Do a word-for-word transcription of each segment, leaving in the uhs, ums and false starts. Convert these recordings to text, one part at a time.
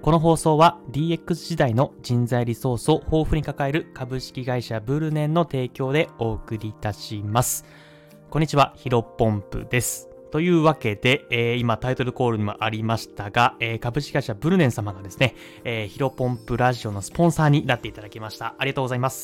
この放送は ディーエックス 時代の人材リソースを豊富に抱える株式会社ブルネンの提供でお送りいたします。こんにちは、ヒロポンプです。というわけで、えー、今タイトルコールにもありましたが、えー、株式会社ブルネン様がですね、えー、ヒロポンプラジオのスポンサーになっていただきました。ありがとうございます。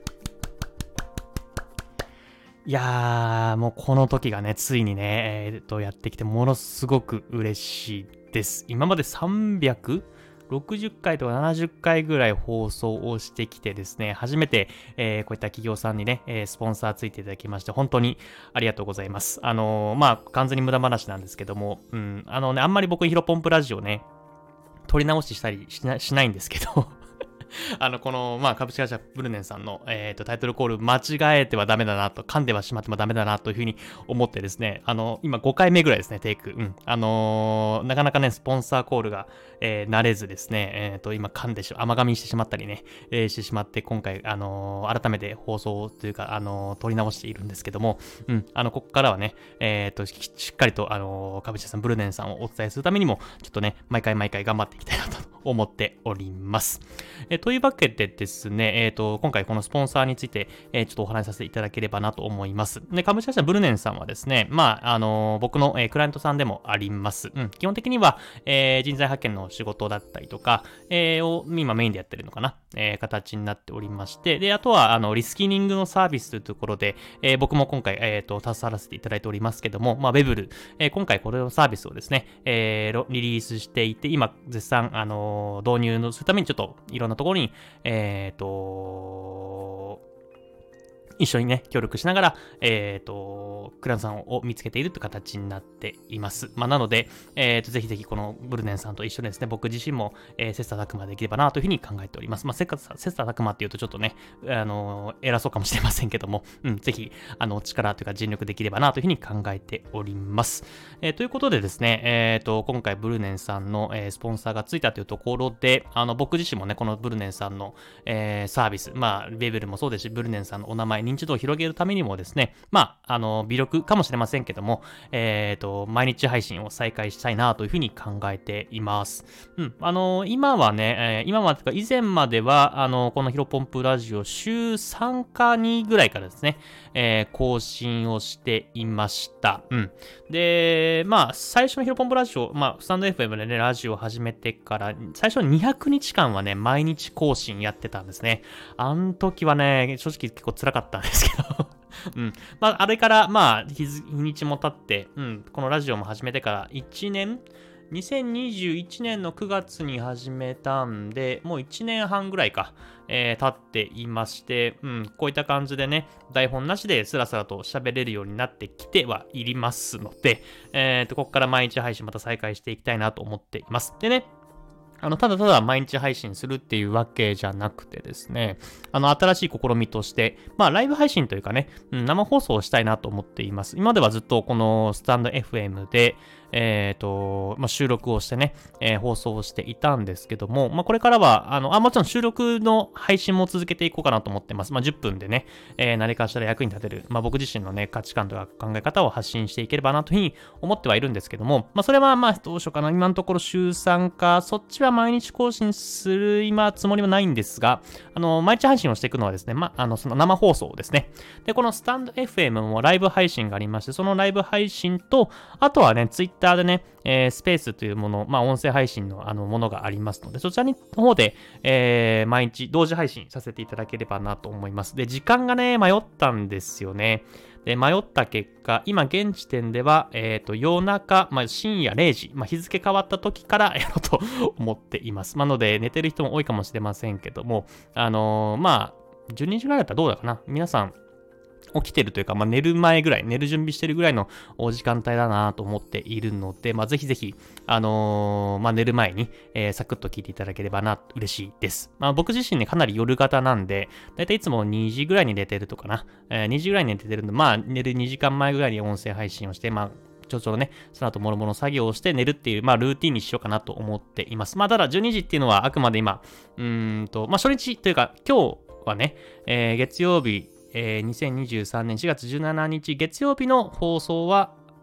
いやー、もうこの時がね、ついにね、えー、とやってきてものすごく嬉しいです。今までさんびゃくろくじゅっかいとかななじゅっかいぐらい放送をしてきてですね、初めて、えー、こういった企業さんにね、えー、スポンサーついていただきまして、本当にありがとうございます。あのー、まあ、完全に無駄話なんですけども、うん、あのね、あんまり僕、ヒロポンプラジオね、撮り直ししたりしな、しないんですけど、あの、この、まあ、株式会社ブルネンさんの、えっと、タイトルコール間違えてはダメだなと、噛んではしまってもダメだなというふうに思ってですね、あの、今ごかいめぐらいですね、テイク。うん。あのー、なかなかね、スポンサーコールが、えー、慣れずですね、えっと、今噛んでしま、甘噛みしてしまったりね、えー、してしまって、今回、あのー、改めて放送というか、あのー、撮り直しているんですけども、うん、あの、ここからはね、えっと、しっかりと、あのー、株式会社さん、ブルネンさんをお伝えするためにも、ちょっとね、毎回毎回頑張っていきたいなと思っております。えー、というわけでですね、えっと、今回このスポンサーについて、えー、ちょっとお話しさせていただければなと思います。で、株式会社ブルネンさんはですね、まあ、あのー、僕の、えー、クライアントさんでもあります。うん、基本的には、えー、人材派遣の仕事だったりとか、えー、を今メインでやってるのかな、えー、形になっておりまして、で、あとは、あの、リスキリングのサービスというところで、えー、僕も今回、えっと、携わらせていただいておりますけども、まあ、ウェブル、えー、今回これのサービスをですね、えー、リリースしていて、今、絶賛、あのー、導入のするためにちょっといろんなところに、えっと、一緒にね、協力しながら、えっと、クライアントさんを見つけているという形になっています。まあ、なので、えっと、ぜひぜひこのブルネンさんと一緒にですね、僕自身も、えー、切磋琢磨できればなというふうに考えております。まあ、切磋琢磨っていうとちょっとね、あのー、偉そうかもしれませんけども、うん、ぜひ、あの、力というか尽力できればなというふうに考えております。えー、ということでですね、えっと、今回ブルネンさんの、えー、スポンサーがついたというところで、あの、僕自身もね、このブルネンさんの、えー、サービス、まあ、ベベルもそうですし、ブルネンさんのお名前、認知度を広げるためにもですね、まあ、あの、微力かもしれませんけども、えっと、毎日配信を再開したいなというふうに考えています。うん、あの、今はね、えー、今はというか以前までは、あの、このヒロポンプラジオ週さんかにぐらいからですね、えー、更新をしていました。うん。で、まあ、最初のヒロポンプラジオ、まあ、スタンド エフエム でね、ラジオを始めてから、最初のにひゃくにちかんはね、毎日更新やってたんですね。あの時はね、正直結構辛かったんですけど、うん。まあ、あれから、まあ、日にちも経って、うん、このラジオも始めてからいちねん、にせんにじゅういちねんのくがつに始めたんで、もういちねんはんぐらいか、えー、経っていまして、うん、こういった感じでね、台本なしでスラスラと喋れるようになってきてはいりますので、えーと、ここから毎日配信また再開していきたいなと思っています。でね、あの、ただただ毎日配信するっていうわけじゃなくてですね、あの、新しい試みとして、まあ、ライブ配信というかね、うん、生放送をしたいなと思っています。今まではずっとこのスタンド エフエム で、えっと、まあ、収録をしてね、えー、放送をしていたんですけども、まあ、これからは、あの、あ、もちろん収録の配信も続けていこうかなと思ってます。まあ、じゅっぷんでね、えー、何かしら役に立てる、まあ、僕自身のね、価値観とか考え方を発信していければなというふうに思ってはいるんですけども、まあ、それはまあ、どうしようかな。今のところ週さんか、そっちは毎日更新する今つもりはないんですが、あの、毎日配信をしていくのはですね、まあ、あの、その生放送ですね。で、このスタンド エフエム もライブ配信がありまして、そのライブ配信と、あとはね、ツイッターでね、えー、スペースというもの、まあ、音声配信のあのものがありますので、そちらの方で、えー、毎日同時配信させていただければなと思います。で、時間がね、迷ったんですよね。で、迷った結果、今現時点では、えっと、夜中、まあ、深夜れいじ、まあ、日付変わった時からやろうと思っています。なので、寝てる人も多いかもしれませんけども、あのー、まあ、じゅうにじぐらいだったらどうだかな。皆さん、起きてるというか、まあ、寝る前ぐらい、寝る準備してるぐらいの時間帯だなと思っているので、まあ、ぜひぜひ、あのー、まあ、寝る前に、えー、サクッと聞いていただければな、嬉しいです。まあ、僕自身ね、かなり夜型なんで、だいたいいつもにじぐらいに寝てるとかな、えー、にじぐらいに寝てるんで、まあ、寝るにじかんまえぐらいに音声配信をして、まあ、ちょちょね、その後もろもろ作業をして寝るっていう、まあ、ルーティンにしようかなと思っています。まあ、ただ、じゅうにじっていうのはあくまで今、うーんと、まあ、初日というか、今日はね、えー、月曜日、えー、にせんにじゅうさんねんしがつじゅうしちにち月曜日の放送は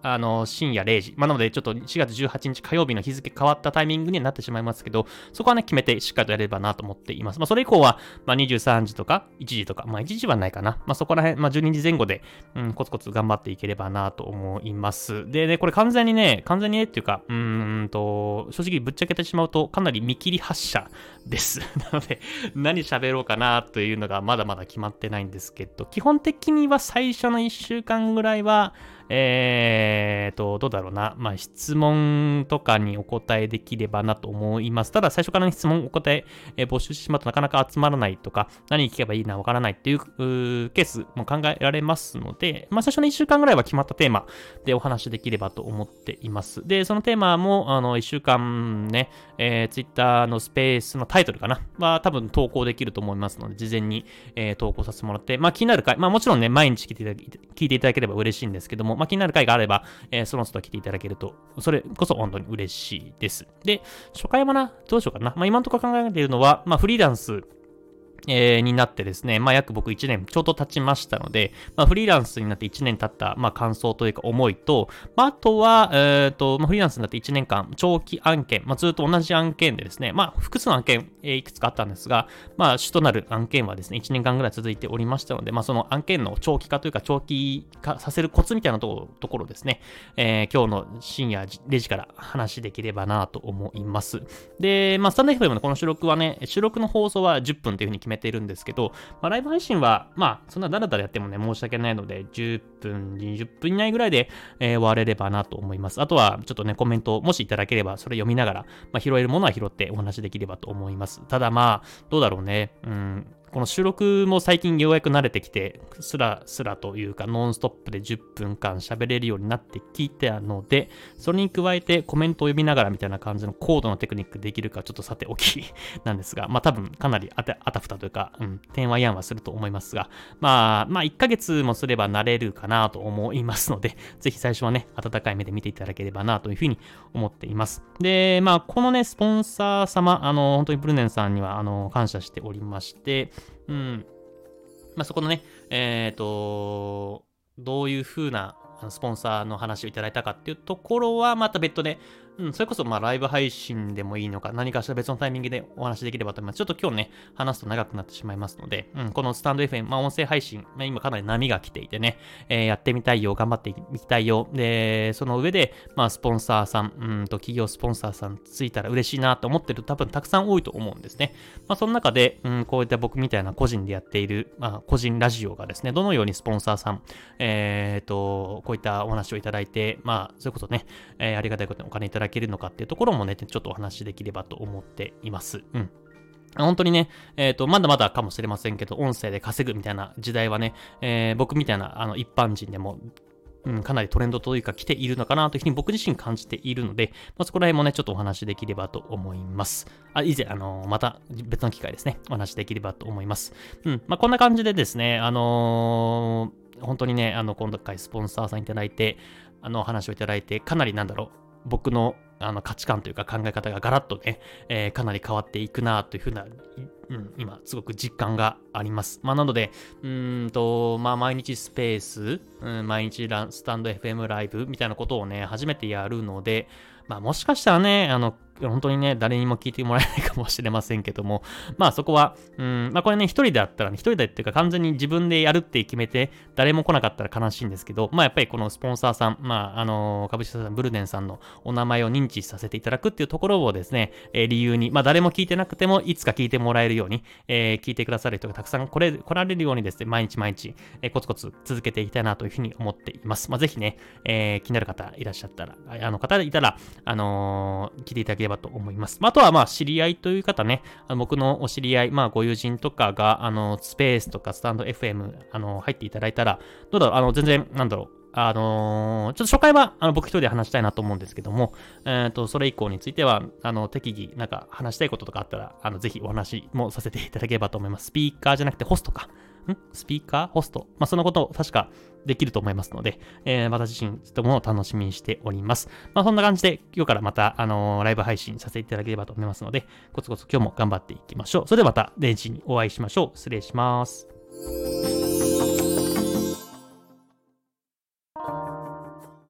あの、深夜れいじ。まあ、なので、ちょっとしがつじゅうはちにち火曜日の日付変わったタイミングになってしまいますけど、そこはね、決めてしっかりとやれればなと思っています。まあ、それ以降は、まあ、にじゅうさんじとかいちじとか、まあ、いちじはないかな。まあ、そこら辺、まあ、じゅうにじぜん後で、うん、コツコツ頑張っていければなと思います。でね、これ完全にね、完全にねっていうか、うーんと、正直ぶっちゃけてしまうと、かなり見切り発車です。なので、何喋ろうかなというのがまだまだ決まってないんですけど、基本的には最初のいっしゅうかんぐらいは、えーと、どうだろうな。まあ、質問とかにお答えできればなと思います。ただ、最初からの質問、お答え、えー、募集してしまうとなかなか集まらないとか、何聞けばいいのかわからないっていう、うーケースも考えられますので、まあ、最初のいっしゅうかんぐらいは決まったテーマでお話できればと思っています。で、そのテーマも、あの、いっしゅうかんね、えー、Twitter のスペースのタイトルかなは多分投稿できると思いますので、事前に、えー、投稿させてもらって、まあ、気になる回、まあ、もちろんね、毎日聞いていただ聞いていただければ嬉しいんですけども、まあ、気になる回があれば、えー、その都度来ていただけると、それこそ本当に嬉しいです。で、初回はな、どうしようかな。まあ、今のところ考えているのは、まあ、フリーランス、えー、になってですね、まあ約僕いちねんちょうど経ちましたので、まあフリーランスになっていちねん経った、まあ感想というか思いと、まああとは、えっ、ー、と、まあフリーランスになっていちねんかん長期案件、まあずっと同じ案件でですね、まあ複数の案件、えー、いくつかあったんですが、まあ主となる案件はですね、いちねんかんぐらい続いておりましたので、まあその案件の長期化というか長期化させるコツみたいなところですね、えー、今日の深夜れいじから話できればなと思います。で、まあスタンド エフエム のこの収録はね、収録の放送はじゅっぷんというふうに決めているんですけど、まあ、ライブ配信は、まあ、そんなだらだらやってもね、申し訳ないので、じゅっぷん、にじゅっぷん以内ぐらいで、えー、終われればなと思います。あとは、ちょっとね、コメントをもしいただければ、それ読みながら、まあ、拾えるものは拾ってお話できればと思います。ただまあ、どうだろうね。うん。この収録も最近ようやく慣れてきて、スラスラというかノンストップでじゅっぷんかん喋れるようになってきたので、それに加えてコメントを読みながらみたいな感じの高度なテクニックできるかちょっとさておきなんですが、まあ多分かなりあたあたふたというか、うん、点はやんはすると思いますが、まあ、まあいっかげつもすれば慣れるかなと思いますので、ぜひ最初はね、温かい目で見ていただければなというふうに思っています。で、まあこのね、スポンサー様、あの、本当にブルネンさんには、あの、感謝しておりまして、うん。まあ、そこのね、えっと、どういう風なスポンサーの話をいただいたかっていうところは、また別途で、うん、それこそまあライブ配信でもいいのか、何かしら別のタイミングでお話できればと思います。ちょっと今日ね、話すと長くなってしまいますので、うん、このスタンド エフエム、まあ音声配信、まあ、今かなり波が来ていてね、えー、やってみたいよ、頑張っていきたいよ。で、その上で、まあスポンサーさん、うんと企業スポンサーさんついたら嬉しいなと思ってる多分たくさん多いと思うんですね。まあその中で、うん、こういった僕みたいな個人でやっている、まあ個人ラジオがですね、どのようにスポンサーさん、えっと、こういったお話をいただいて、まあ、それこそね、えー、ありがたいことにお金いただけるのかっていうところもね、ちょっとお話しできればと思っています。うん。本当にね、えっと、まだまだかもしれませんけど、音声で稼ぐみたいな時代はね、えー、僕みたいなあの一般人でも、うん、かなりトレンドというか来ているのかなというふうに僕自身感じているので、まあ、そこら辺もね、ちょっとお話できればと思います。あ、以前、あのー、また別の機会ですね、お話できればと思います。うん、まあ、こんな感じでですね、あのー、本当にね、あの、今回スポンサーさんいただいて、あの、お話をいただいて、かなりなんだろう、僕のあの価値観というか考え方がガラッとね、えー、かなり変わっていくなというふうな、うん、今すごく実感があります。まあなので、うーんと、まあ毎日スペース、うん、毎日ランスタンド エフエム ライブみたいなことをね、初めてやるので、まあもしかしたらね、あの、本当にね、誰にも聞いてもらえないかもしれませんけども、まあそこは、うん、まあこれね、一人であったらね、一人でっていうか完全に自分でやるって決めて、誰も来なかったら悲しいんですけど、まあやっぱりこのスポンサーさん、まああの、株式会社ブルデンさんのお名前を認知させていただくっていうところをですね、えー、理由に、まあ誰も聞いてなくても、いつか聞いてもらえるように、えー、聞いてくださる人がたくさん来れ、来られるようにですね、毎日毎日、えー、コツコツ続けていきたいなというふうに思っています。まあぜひね、えー、気になる方いらっしゃったら、あの方いたら、あのー、聞いていただければと思います。あとは、まあ、知り合いという方ね、あの僕のお知り合い、まあ、ご友人とかが、あの、スペースとかスタンド エフエム、あの、入っていただいたら、どうだろう、あの、全然、なんだろう、あのー、ちょっと初回は、あの、僕一人で話したいなと思うんですけども、えっと、それ以降については、あの、適宜、なんか、話したいこととかあったら、あの、ぜひお話もさせていただければと思います。スピーカーじゃなくて、ホストか。んスピーカーホストまあ、そのこと確かできると思いますので、えー、私自身とも楽しみにしております。まあ、そんな感じで、今日からまた、あのー、ライブ配信させていただければと思いますので、コツコツ今日も頑張っていきましょう。それではまた、れいじにお会いしましょう。失礼します。